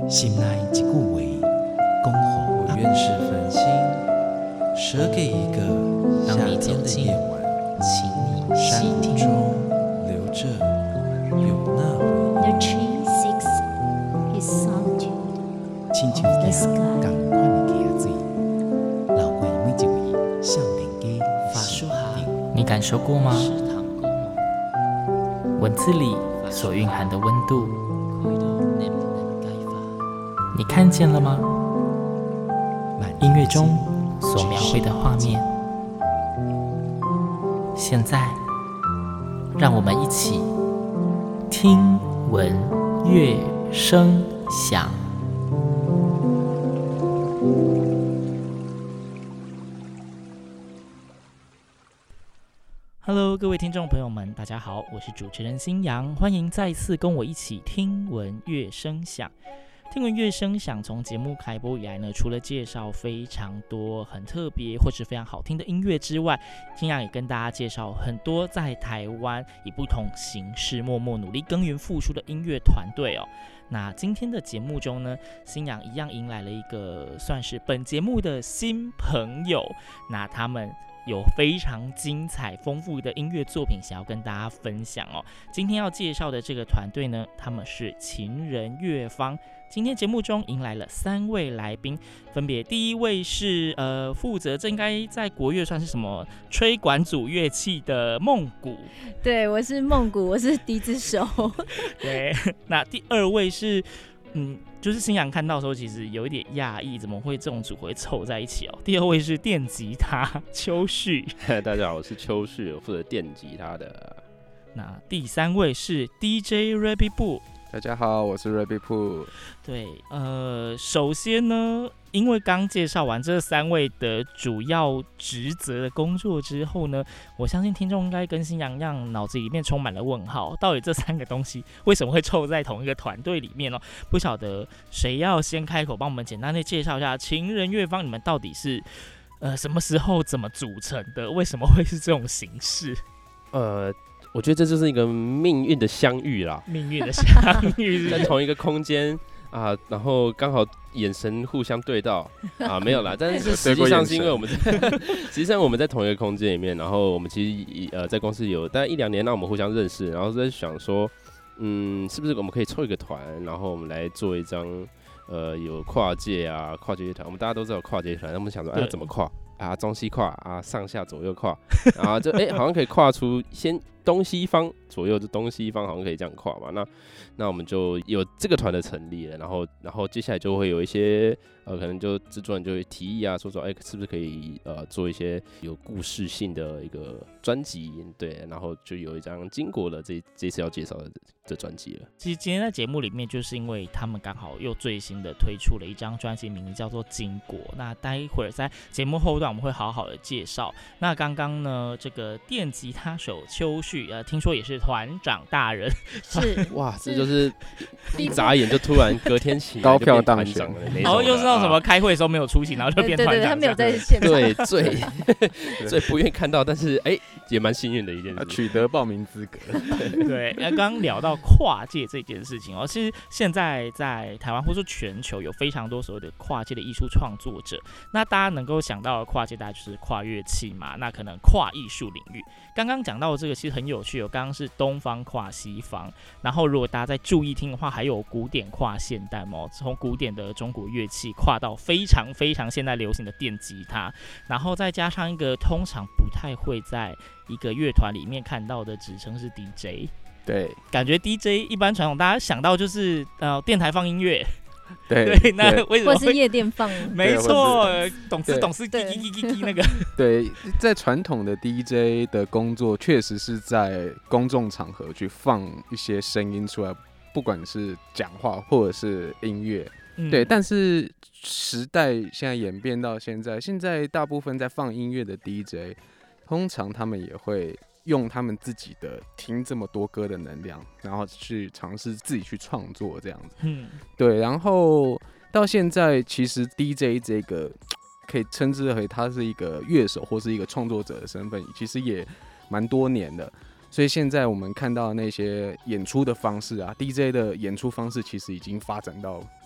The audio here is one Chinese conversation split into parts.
心内一句话，讲好我愿是繁星，舍给一个夏天的夜晚， 请你山细听。 中留着有那回 The 忆。 tree seeks his solitude 亲像 of the 行 sky. 同款的溪水，流过每一位少年家法术哈， 你感受过吗？ 食堂公梦， 文字里所蕴含的温度， 开到你不能解法。 你看见了吗？ 万音乐中所描绘的画面，现在让我们一起听闻乐声响。Hello， 各位听众朋友们，大家好，我是主持人新阳，欢迎再次跟我一起听闻乐声响。听闻乐声响从节目开播以来呢，除了介绍非常多很特别或是非常好听的音乐之外，新阳也跟大家介绍很多在台湾以不同形式默默努力耕耘付出的音乐团队哦。那今天的节目中呢，新阳一样迎来了一个算是本节目的新朋友，那他们有非常精彩丰富的音乐作品想要跟大家分享哦。今天要介绍的这个团队呢，他们是情人乐坊。今天节目中迎来了3位来宾，分别第一位是负责这应该在国乐算是什么吹管组乐器的梦谷， 对，我是梦谷，我是笛子手。 对。那第二位是就是新阳看到的时候，其实有一点讶异，怎么会这种组合凑在一起哦？第二位是电吉他秋旭， 大家好，我是秋旭，我负责电吉他的。 那第3位是 DJ Rabbit Boo。 大家好，我是 Rabbit Poo。 对，首先呢，因为刚介绍完这3位的主要职责的工作之后呢，我相信听众应该跟新阳一样，脑子里面充满了问号，到底这3个东西为什么会凑在同一个团队里面呢？不晓得谁要先开口帮我们简单的介绍一下情人乐坊，你们到底是什么时候怎么组成的？为什么会是这种形式？ 我觉得这就是一个命运的相遇啦， 命运的相遇在同一个空间啊，然后刚好眼神互相对到啊，没有啦，但是实际上是因为我们实际上我们在同一个空间里面，然后我们其实在公司有大概1-2年，让我们互相认识，然后在想说，是不是我们可以凑一个团，然后我们来做一张有跨界乐团，我们大家都知道有跨界团，那我们想说，要怎么跨？中西跨上下左右跨，然后就好像可以跨出先东西方左右，就东西方好像可以这样跨嘛。那我们就有这个团的成立了，然后接下来就会有一些可能就制作人就会提议说是不是可以做一些有故事性的一个专辑，对，然后就有一张经过了这次要介绍的专辑了。 其实今天在节目里面，就是因为他们刚好又最新的推出了一张专辑，名字叫做《经过》。那待会儿在节目后段我们会好好的介绍。那刚刚呢，这个电吉他手秋旭，听说也是团长大人， 是哇，这就是一眨眼就突然隔天起来高票就变团当选长了那种的， 然后又是那种什么开会的时候没有出席，然后就变对对对， 团长。 他没有在现场。 对，最不愿意看到，但是也蛮幸运的一件事。 取得报名资格。 对，刚刚聊到跨界这件事情其实现在在台湾或者说全球有非常多所谓的跨界的艺术创作者。那大家能够想到的跨界，大概就是跨乐器嘛，那可能跨艺术领域。刚刚讲到的这个其实很有趣刚刚是东方跨西方，然后如果大家再注意听的话，还有古典跨现代从古典的中国乐器跨到非常非常现代流行的电吉他，然后再加上一个通常不太会在一个乐团里面看到的职称是 DJ。 对， 感觉 DJ 一般传统大家想到就是电台放音乐， 对， 那为什么或是夜店放？ 没错，懂对事叽那个。 对，在传统的 DJ 的工作，确实是在公众场合去放一些声音出来，不管是讲话或者是音乐。对，但是时代现在演变到现在大部分在放音乐的 DJ， 通常他们也会用他们自己的听这么多歌的能量，然后去尝试自己去创作这样子。对，然后到现在其实 DJ 这个可以称之为他是一个乐手或是一个创作者的身份，其实也蛮多年的。所以现在我们看到那些演出的方式DJ 的演出方式其实已经发展到有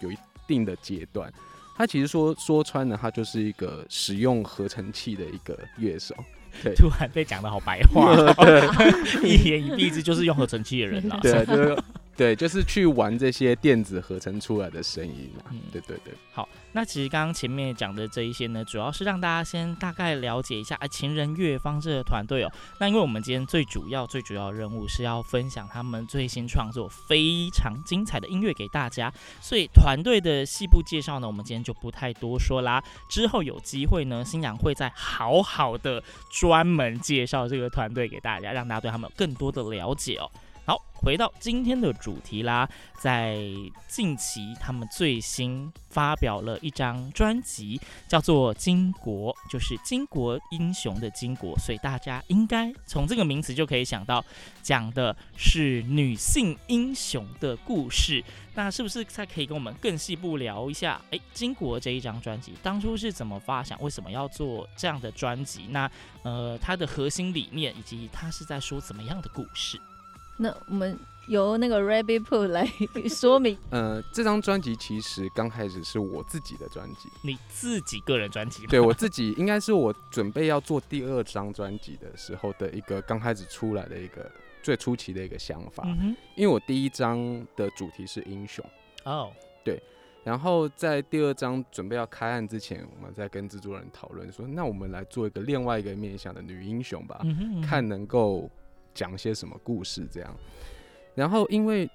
定的阶段。他其实说穿了，他就是一个使用合成器的一个乐手。对， 突然被讲的好白话，一言以蔽之就是用合成器的人啦。 对，就是去玩这些电子合成出来的声音啊。对。 好，那其实刚刚前面讲的这一些呢，主要是让大家先大概了解一下情人乐坊这个团队哦。那因为我们今天最主要的任务是要分享他们最新创作非常精彩的音乐给大家，所以团队的细部介绍呢，我们今天就不太多说啦。之后有机会呢，新阳会再好好的专门介绍这个团队给大家，让大家对他们有更多的了解哦。好，回到今天的主题啦，在近期他们最新发表了一张专辑，叫做《巾帼》，就是巾帼英雄的巾帼，所以大家应该从这个名词就可以想到，讲的是女性英雄的故事。那是不是再可以跟我们更细部聊一下？巾帼这一张专辑当初是怎么发想？为什么要做这样的专辑？那它的核心理念以及它是在说怎么样的故事？ 那我们由那个 Rabbit Pool 来说明。 这张专辑其实刚开始是我自己的专辑， 你自己个人专辑吗？ 对，我自己应该是我准备要做第2张专辑的时候的一个刚开始出来的一个最初期的一个想法。因为我第1张的主题是英雄对，然后在第2张准备要开案之前，我们在跟制作人讨论说，那我们来做另外一个面向的女英雄吧，看能够讲些什么故事这样。然后因为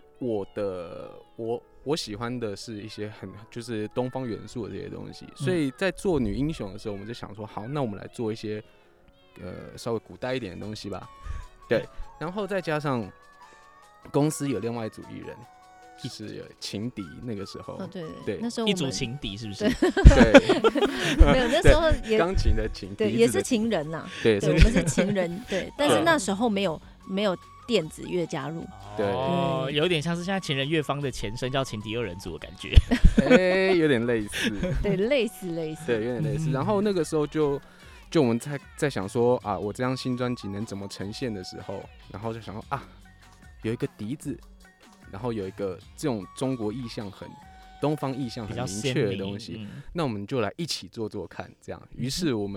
我喜欢的是一些就是东方元素的这些东西，所以在做女英雄的时候，我们就想说，好，那我们来做一些稍微古代一点的东西吧。对，然后再加上公司有另外一组艺人，就是有情敌，那个时候对， 那时候一组情敌是不是？ 对， 没有，那时候也钢琴的情敌， 对，也是情人呐。 对， 我们是情人，对，但是那时候没有电子乐加入。 对，有点像是现在情人乐坊的前身叫情敌2人组的感觉。 有点类似。 对，类似。 对，有点类似。然后那个时候就我们在想说啊，我这张新专辑能怎么呈现的时候，然后就想说啊，有一个笛子，然后有一个这种中国意象东方意象很明确的东西，那我们就来一起做看这样。于是我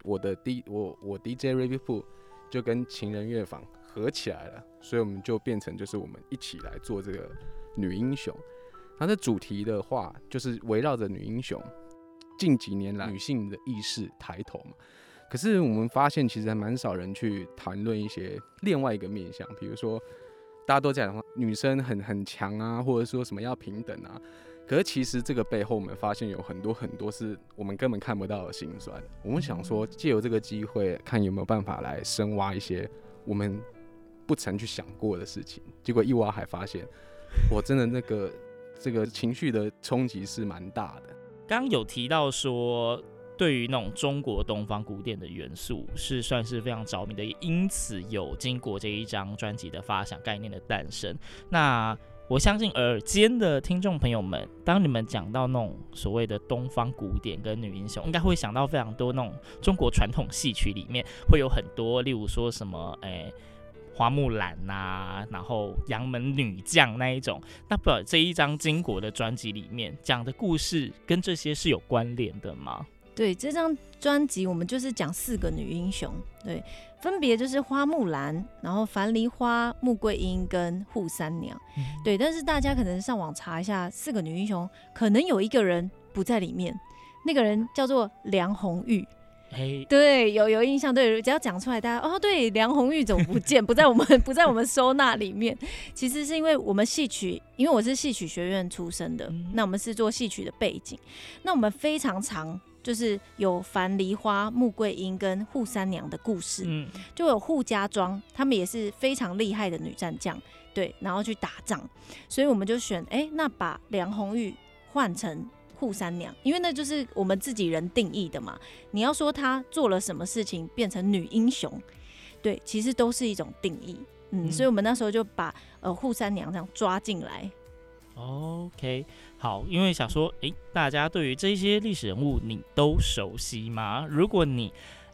DJ Rabbit Pool 就跟情人乐坊合起来了，所以我们就变成就是我们一起来做这个女英雄。它的主题的话，就是围绕着女英雄。近几年来，女性的意识抬头嘛，可是我们发现其实还蛮少人去谈论一些另外一个面向，比如说大家都讲女生很强啊，或者说什么要平等啊。可是其实这个背后，我们发现有很多是我们根本看不到的辛酸。我们想说，借由这个机会，看有没有办法来深挖一些我们不曾去想过的事情。结果一挖还发现，我真的这个情绪的冲击是蛮大的。 刚刚有提到说，对于那种中国东方古典的元素是算是非常着迷的，也因此有经过这一张专辑的发想概念的诞生。那我相信耳尖的听众朋友们，当你们讲到那种所谓的东方古典跟女英雄，应该会想到非常多那种中国传统戏曲里面会有很多，例如说什么花木兰啊，然后杨门女将那一种。那不，这一张巾帼的专辑里面讲的故事跟这些是有关联的吗？ 对，这张专辑我们就是讲4个女英雄，对，分别就是花木兰，然后樊梨花、穆桂英跟扈三娘。对，但是大家可能上网查一下4个女英雄，可能有一个人不在里面，那个人叫做梁红玉。对，有印象。对，只要讲出来，大家对，梁红玉怎么不见？不在我们收纳里面。其实是因为我们戏曲，因为我是戏曲学院出身的，那我们是做戏曲的背景，那我们非常常就是有樊梨花、穆桂英跟扈三娘的故事，就有扈家庄，他们也是非常厉害的女战将，对，然后去打仗，所以我们就选，那把梁红玉换成扈三娘，因为那就是我们自己人定义的嘛。你要说她做了什么事情变成女英雄，对，其实都是一种定义。所以我们那时候就把扈三娘这样抓进来。 OK， 好，因为想说，大家对于这些历史人物你都熟悉吗？如果你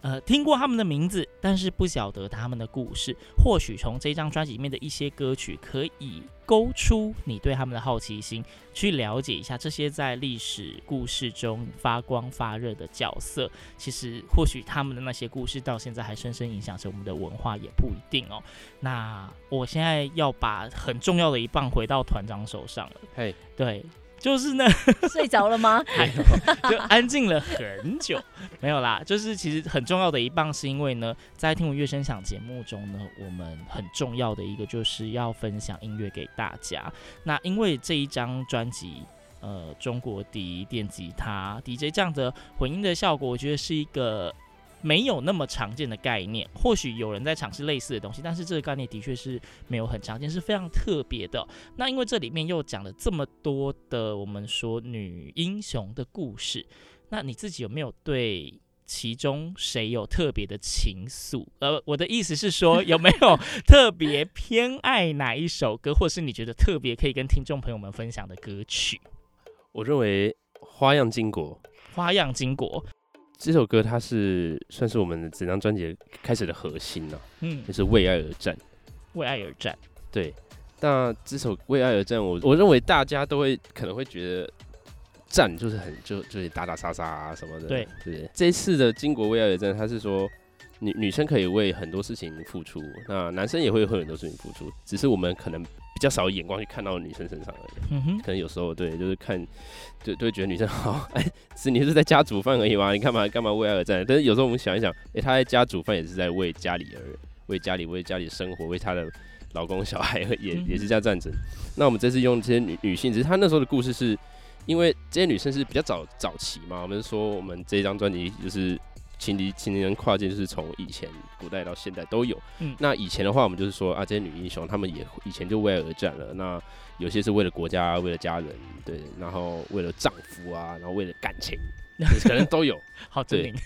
听过他们的名字，但是不晓得他们的故事。或许从这张专辑里面的一些歌曲，可以勾出你对他们的好奇心，去了解一下这些在历史故事中发光发热的角色。其实或许他们的那些故事到现在还深深影响着我们的文化，也不一定哦。那我现在要把很重要的一棒回到团长手上了。 嘿， 对。就是呢， 睡着了吗？ 就安静了很久，没有啦。就是其实很重要的一棒，是因为呢，在听闻乐声响节目中呢，我们很重要的一个就是要分享音乐给大家。那因为这一张专辑，中国笛、电吉他、DJ 这样的混音的效果，我觉得是一个没有那么常见的概念。或许有人在尝试类似的东西，但是这个概念的确是没有很常见，是非常特别的。那因为这里面又讲了这么多的我们说女英雄的故事，那你自己有没有对其中谁有特别的情愫？我的意思是说，有没有特别偏爱哪一首歌，或是你觉得特别可以跟听众朋友们分享的歌曲？ 我认为《花样经国》。 花样经国这首歌它是算是我们整张专辑开始的核心啊，就是为愛而戰。 为爱而战， 对。那这首为愛而戰，我认为大家都可能会觉得戰就是就是打打杀杀啊什么的， 对。 这一次的经国为愛而戰，它是说女生可以为很多事情付出，那男生也会为很多事情付出，只是我们可能比较少眼光去看到女生身上而已。可能有时候对，就是看就会觉得女生好，你是在家煮饭而已吗？你干嘛为愛而戰？但是有时候我们想一想，她在家煮饭也是在为家里为家里的生活，为她的老公小孩也是在战争。那我们这次用这些女性，只是她那时候的故事是因为这些女生是比较早期嘛，我们说我们这一张专辑就是情敌人跨界，就是从以前古代到现代都有。那以前的话，我们就是说啊，这些女英雄她们也以前就为愛而戰了。那有些是为了国家、为了家人，对，然后为了丈夫啊，然后为了感情，可能都有。 好精明。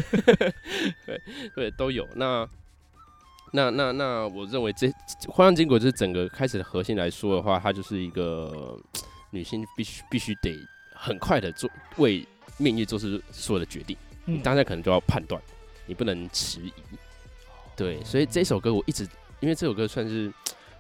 对，都有。那我认为《花样經國》就是整個開始的核心來說的話，它就是一個女性必須得很快的為命運做出所有的決定。你當下可能就要判斷，你不能遲疑。對，所以這首歌我一直，因為這首歌算是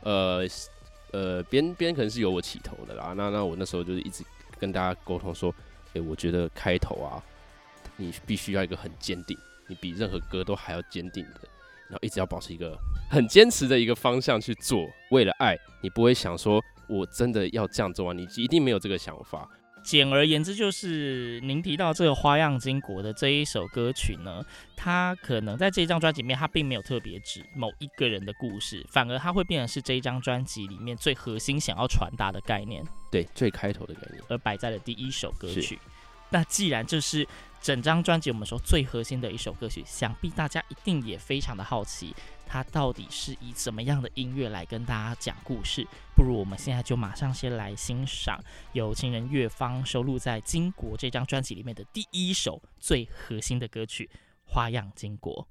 編可能是由我起頭的啦。那我那時候就是一直跟大家溝通說，我覺得開頭啊，你必須要一個很堅定，你比任何歌都還要堅定的。然后一直要保持一个很坚持的一个方向去做，为了爱，你不会想说我真的要这样做啊，你一定没有这个想法。 简而言之，就是您提到这个《花样經國》的这一首歌曲呢，它可能在这一张专辑里面，它并没有特别指某一个人的故事，反而它会变成是这一张专辑里面最核心想要传达的概念， 对，最开头的概念， 而摆在了第一首歌曲。那既然这是整张专辑我们说最核心的一首歌曲，想必大家一定也非常的好奇，它到底是以怎么样的音乐来跟大家讲故事？不如我们现在就马上先来欣赏由情人乐坊收录在《經國》这张专辑里面的第一首最核心的歌曲《花樣經國》。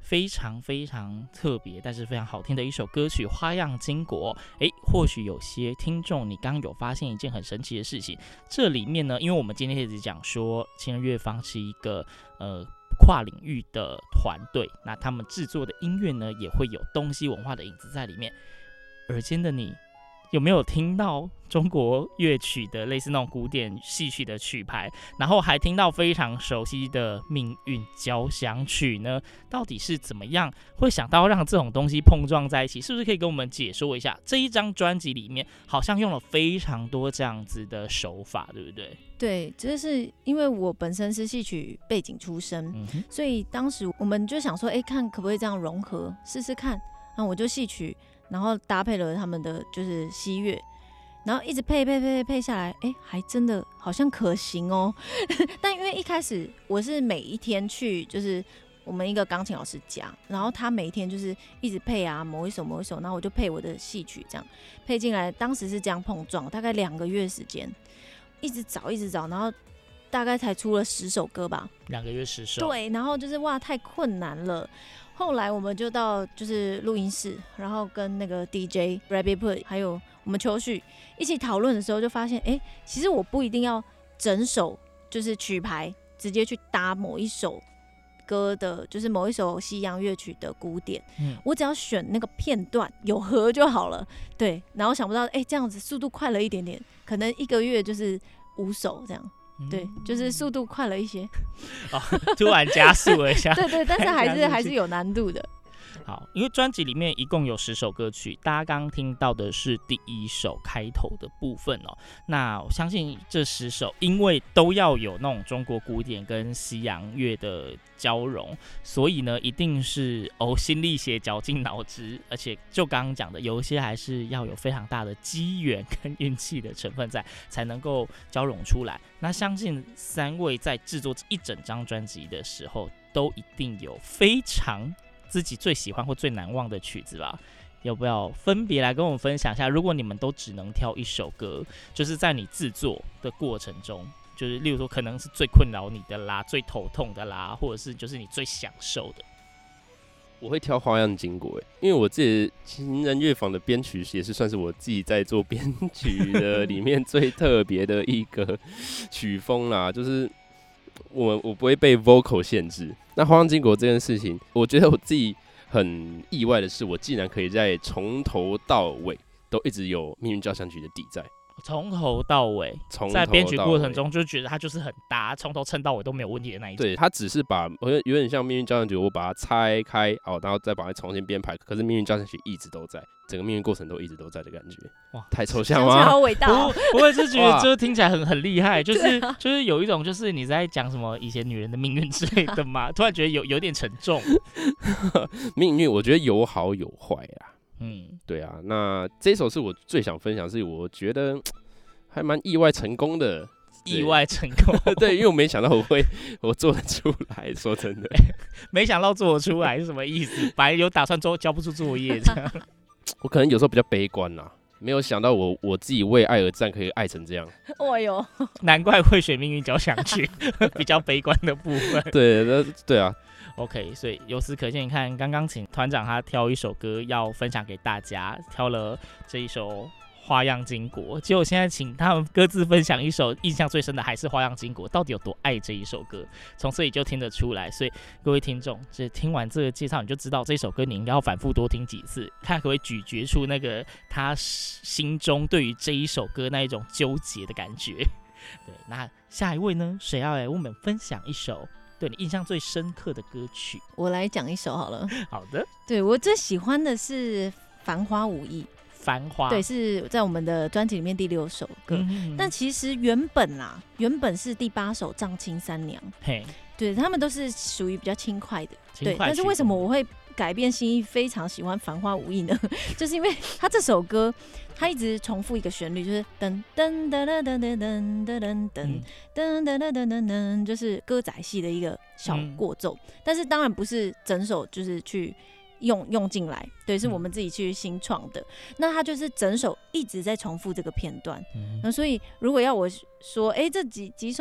非常非常特别，但是非常好听的一首歌曲《花样经国》。或许有些听众你刚刚有发现一件很神奇的事情，这里面呢，因为我们今天一直讲说情人乐坊是一个跨领域的团队，那他们制作的音乐呢也会有东西文化的影子在里面。耳尖的你有没有听到中国乐曲的类似那种古典戏曲的曲牌，然后还听到非常熟悉的命运交响曲呢？到底是怎么样会想到让这种东西碰撞在一起？是不是可以跟我们解说一下？这一张专辑里面好像用了非常多这样子的手法，对不对？ 对，这是因为我本身是戏曲背景出身，所以当时我们就想说，看可不可以这样融合试试看。那我就戏曲，然后搭配了他们的就是西乐，然后一直配下来，还真的好像可行哦。但因为一开始我是每一天去，就是我们一个钢琴老师家，然后他每一天就是一直配啊，某一首，然后我就配我的戏曲，这样配进来。当时是这样碰撞，大概2个月时间，一直找，然后大概才出了10首歌吧。 2个月10首。 对，然后就是哇，太困难了。后来我们就到就是录音室，然后跟那个 DJ Rabbit Put 还有我们秋旭一起讨论的时候，就发现其实我不一定要整首就是曲牌直接去搭某一首歌的，就是某一首西洋乐曲的古典，我只要选那个片段有和就好了。对，然后想不到这样子速度快了一点点，可能1个月就是5首这样。对，就是速度快了一些， 突然加速了一下。 对，但是还是有难度的。 好，因为专辑里面一共有10首歌曲，大家刚刚听到的是第1首开头的部分哦。那我相信这10首，因为都要有那种中国古典跟西洋乐的交融，所以呢，一定是心力血绞尽脑汁，而且就刚刚讲的，有一些还是要有非常大的机缘跟运气的成分在，才能够交融出来。那相信3位在制作一整张专辑的时候，都一定有非常自己最喜欢或最难忘的曲子吧？要不要分别来跟我们分享一下？如果你们都只能挑1首歌，就是在你制作的过程中，就是例如说可能是最困扰你的啦、最头痛的啦，或者是就是你最享受的。 我会挑《花样经国》，因为我自己情人乐坊的编曲也是算是我自己在做编曲的里面最特别的一个曲风啦，就是我不会被 vocal 限制。那《花样经国》这件事情，我觉得我自己很意外的是，我竟然可以在从头到尾都一直有《命运交响曲》的底在。 从头到尾，在编曲过程中就觉得它就是很搭，从头撑到尾都没有问题的那一种。 对，它只是把有点像命运交响曲，我把它拆开然后再把它重新编排。可是命运交响曲一直都在，整个命运过程都一直都在的感觉。哇，太抽象吗？ 好伟大哦！ 不会是觉得这听起来很厉害，就是有一种就是你在讲什么以前女人的命运之类的嘛，突然觉得有点沉重。 命运我觉得有好有坏啦。对啊，那这一首是我最想分享，是我觉得还蛮意外成功的。 意外成功， 对，因为我没想到我做得出来，说真的， 没想到做得出来是什么意思？本来有打算交不出作业这样。 我可能有时候比较悲观啦，没有想到我自己为爱而战可以爱成这样。 哦哟， 难怪会选命运交响曲，比较悲观的部分。 对啊。 OK， 所以由此可见，你看刚刚请团长他挑1首歌要分享给大家，挑了这一首《花样经国》，结果现在请他们各自分享1首印象最深的，还是《花样经国》，到底有多爱这一首歌，从这里就听得出来。所以各位听众，这听完这个介绍，你就知道这首歌你应该要反复多听几次，看可不可以咀嚼出那个他心中对于这一首歌那一种纠结的感觉。对，那下一位呢？谁要来为我们分享1首对你印象最深刻的歌曲？ 我来讲1首好了。 好的。 对，我最喜欢的是《繁花无意》。 繁花， 对，是在我们的专辑里面第6首歌。但其实原本是第8首《藏青三娘》。对，他们都是属于比较轻快的。对，但是为什么我会改变心意，非常喜欢《繁花无意》呢？就是因为他这首歌，他一直重复一个旋律，就是噔噔噔噔噔噔噔噔噔噔噔噔噔，就是歌仔戏的一个小过奏。但是当然不是整首就是去用进来，对，是我们自己去新创的。那他就是整首一直在重复这个片段。那所以如果要我说，这几首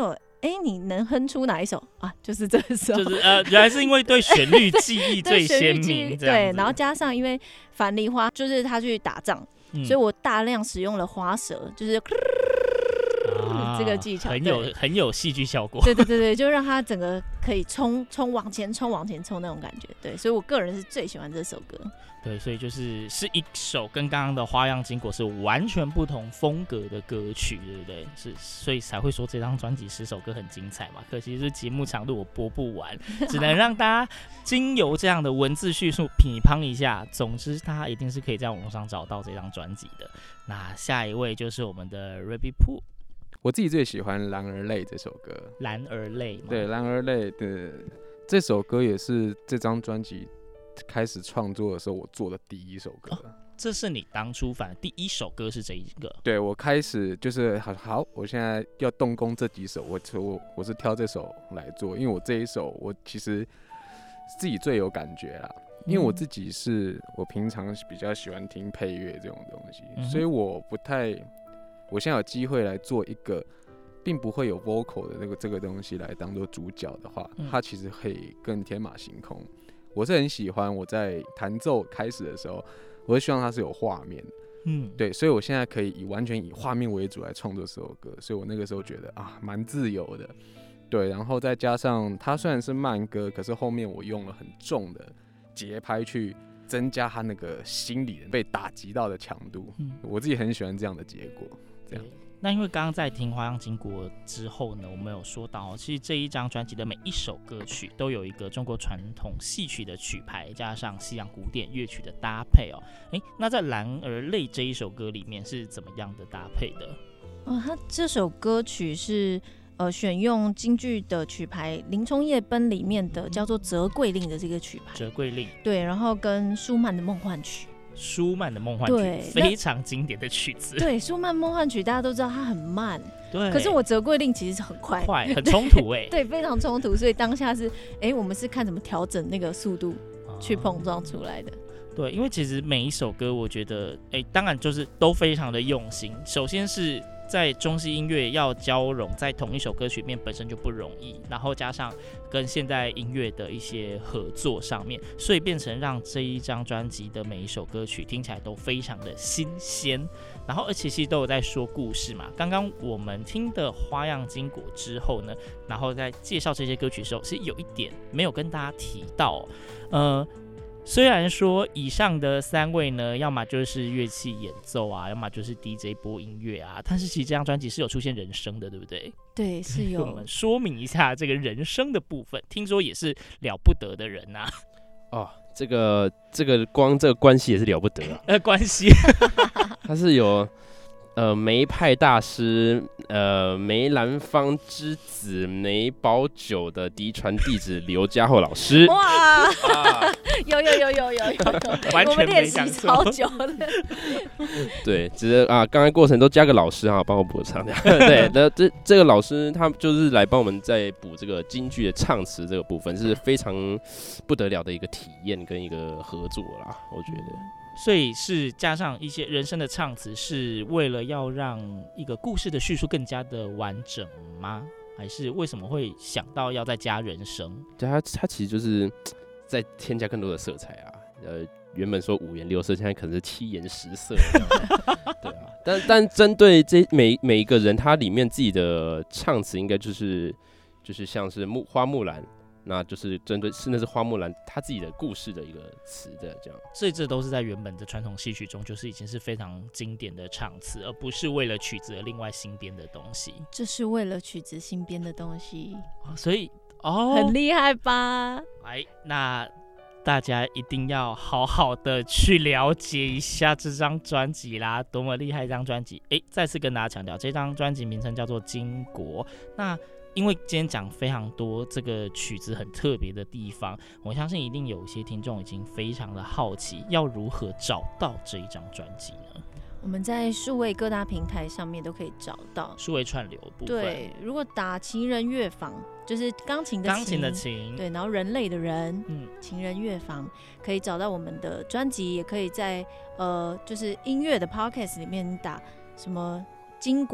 你能哼出哪一首啊？就是这首， 就是原来是因为对旋律记忆最鲜明， 对，然后加上因为樊梨花就是他去打仗，所以我大量使用了花舌，就是这个技巧， 很有戏剧效果。 对，就让他整个可以冲往前冲那种感觉。对，所以我个人是最喜欢这首歌。 对，所以是一首跟刚刚的花样经国是完全不同风格的歌曲，对不对？所以才会说这张专辑10首歌很精彩嘛。可惜是节目长度我播不完，只能让大家经由这样的文字叙述品乓一下。总之，大家一定是可以在网络上找到这张专辑的。那下一位就是我们的 Rabbit Poo。 我自己最喜欢《蓝儿泪》这首歌， 蓝儿泪嘛， 对，《蓝儿泪》的这首歌也是这张专辑开始创作的时候我做的第一首歌。 这是你当初反正第一首歌是这一个？ 对，我开始就是好，我现在要动工这几首，我是挑这首来做，因为我这一首我其实自己最有感觉啦。因为我自己我平常比较喜欢听配乐这种东西，所以我现在有机会来做一个并不会有 vocal 的这个东西来当做主角的话，它其实可以更天马行空。我是很喜欢我在弹奏开始的时候，我是希望它是有画面的，对，所以我现在可以完全以画面为主来创作这首歌，所以我那个时候觉得蛮自由的，对，然后再加上它虽然是慢歌，可是后面我用了很重的节拍去增加它那个心理被打击到的强度，我自己很喜欢这样的结果。这样， 那因为刚刚在听《花样经国》之后呢，我们有说到，其实这一张专辑的每一首歌曲都有一个中国传统戏曲的曲牌，加上西洋古典乐曲的搭配哦。那在《蓝儿泪》这一首歌里面是怎么样的搭配的？ 它这首歌曲是选用京剧的曲牌《林冲夜奔》里面的叫做《折桂令》的这个曲牌， 折桂令， 对，然后跟舒曼的《梦幻曲》。 舒曼的梦幻曲非常经典的曲子， 对，舒曼梦幻曲大家都知道它很慢， 对， 可是我折桂令其实是很快， 很冲突对，非常冲突，所以当下是我们是看怎么调整那个速度去碰撞出来的。 对，因为其实每一首歌我觉得当然就是都非常的用心，首先是在中西音乐要交融在同一首歌曲里面本身就不容易，然后加上跟现代音乐的一些合作上面，所以变成让这一张专辑的每一首歌曲听起来都非常的新鲜，然后而且其实都有在说故事嘛。刚刚我们听的《花样经国》之后呢，然后在介绍这些歌曲的时候，是有一点没有跟大家提到虽然说以上的3位呢，要么就是乐器演奏啊，要么就是 DJ 播音乐啊，但是其实这张专辑是有出现人声的，对不对？ 对，是有。 跟我们说明一下这个人声的部分，听说也是了不得的人啊。 这个光这个关系也是了不得啊。 关系， 他是有梅派大师，梅兰芳之子梅葆玖的嫡传弟子刘家厚老师。 哇，有， 完全没讲错，我们练习超久了。 对，只是刚才过程都加个老师帮我补唱。对，那这个老师他就是来帮我们再补这个京剧的唱词这个部分，是非常不得了的一个体验跟一个合作啦，我觉得。 所以是加上一些人声的唱词，是为了要让一个故事的叙述更加的完整吗？还是为什么会想到要再加人声？ 对，它其实就是再添加更多的色彩啊。原本说5颜6色，现在可能是7颜10色。对啊，但针对这每一个人，他里面自己的唱词，应该就是像是花木兰。那就是针对那是花木兰她自己的故事的一个词的这样， 所以这都是在原本的传统戏曲中，就是已经是非常经典的唱词，而不是为了曲子而另外新编的东西。 这是为了曲子新编的东西， 所以很厉害吧？ 那大家一定要好好的去了解一下这张专辑啦，多么厉害！这张专辑，再次跟大家强调，这张专辑名称叫做《经国》。那因为今天讲非常多这个曲子很特别的地方，我相信一定有一些听众已经非常的好奇，要如何找到这一张专辑呢？ 我们在数位各大平台上面都可以找到， 数位串流部分。 对，如果打情人乐坊，就是钢琴的琴，对，然后人类的人，情人乐坊可以找到我们的专辑，也可以在就是音乐的 podcast 里面打什么经国。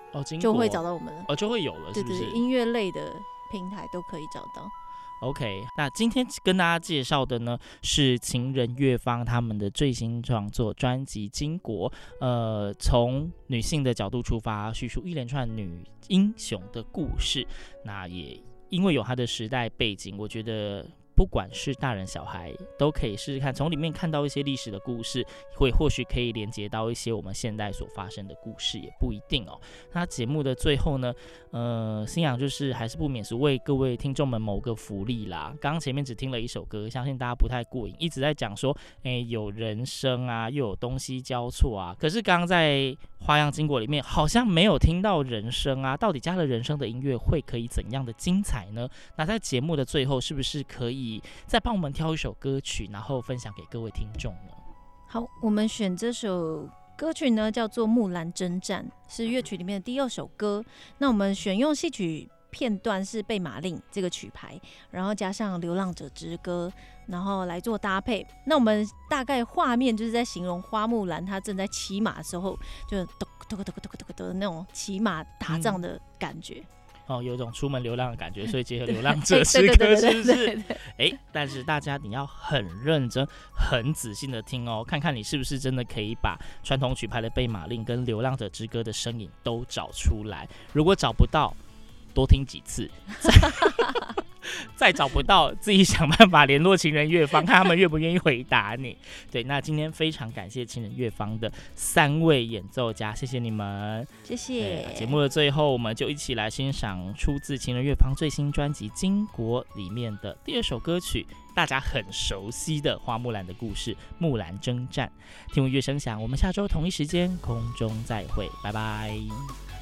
就会找到我们了。 就会有了，是不是？ 对，音乐类的平台都可以找到。 OK， 那今天跟大家介绍的呢是情人乐坊他们的最新创作专辑《巾帼》，从女性的角度出发，叙述一连串女英雄的故事。那也因为有它的时代背景，我觉得不管是大人小孩都可以试试看，从里面看到一些历史的故事，或许可以连接到一些我们现代所发生的故事，也不一定哦。那节目的最后呢，新阳就是还是不免俗为各位听众们谋个福利啦。刚刚前面只听了一首歌，相信大家不太过瘾，一直在讲说，有人声啊，又有东西交错啊。可是刚刚在花样巾帼里面好像没有听到人声啊，到底加了人声的音乐会可以怎样的精彩呢？那在节目的最后，是不是可以再帮我们挑一首歌曲，然后分享给各位听众呢？ 好，我们选这首歌曲呢，叫做《木兰征战》，是乐曲里面的第2首歌。那我们选用戏曲片段是《贝马令》这个曲牌，然后加上《流浪者之歌》，然后来做搭配。那我们大概画面就是在形容花木兰她正在骑马的时候，就咚咚咚咚咚咚的那种骑马打仗的感觉。 有一种出门流浪的感觉，所以结合流浪者之歌，是不是？但是大家你要很认真、很仔细的听哦，看看你是不是真的可以把传统曲牌的《贝马令》跟《流浪者之歌》的声音都找出来。如果找不到，多听几次，再找不到，自己想办法联络情人乐坊，看他们愿不愿意回答你。对，那今天非常感谢情人乐坊的3位演奏家，谢谢你们， 谢谢。 节目的最后，我们就一起来欣赏出自情人乐坊最新专辑《巾帼》里面的第2首歌曲，大家很熟悉的花木兰的故事《木兰征战》。听闻乐声响，我们下周同一时间空中再会，拜拜。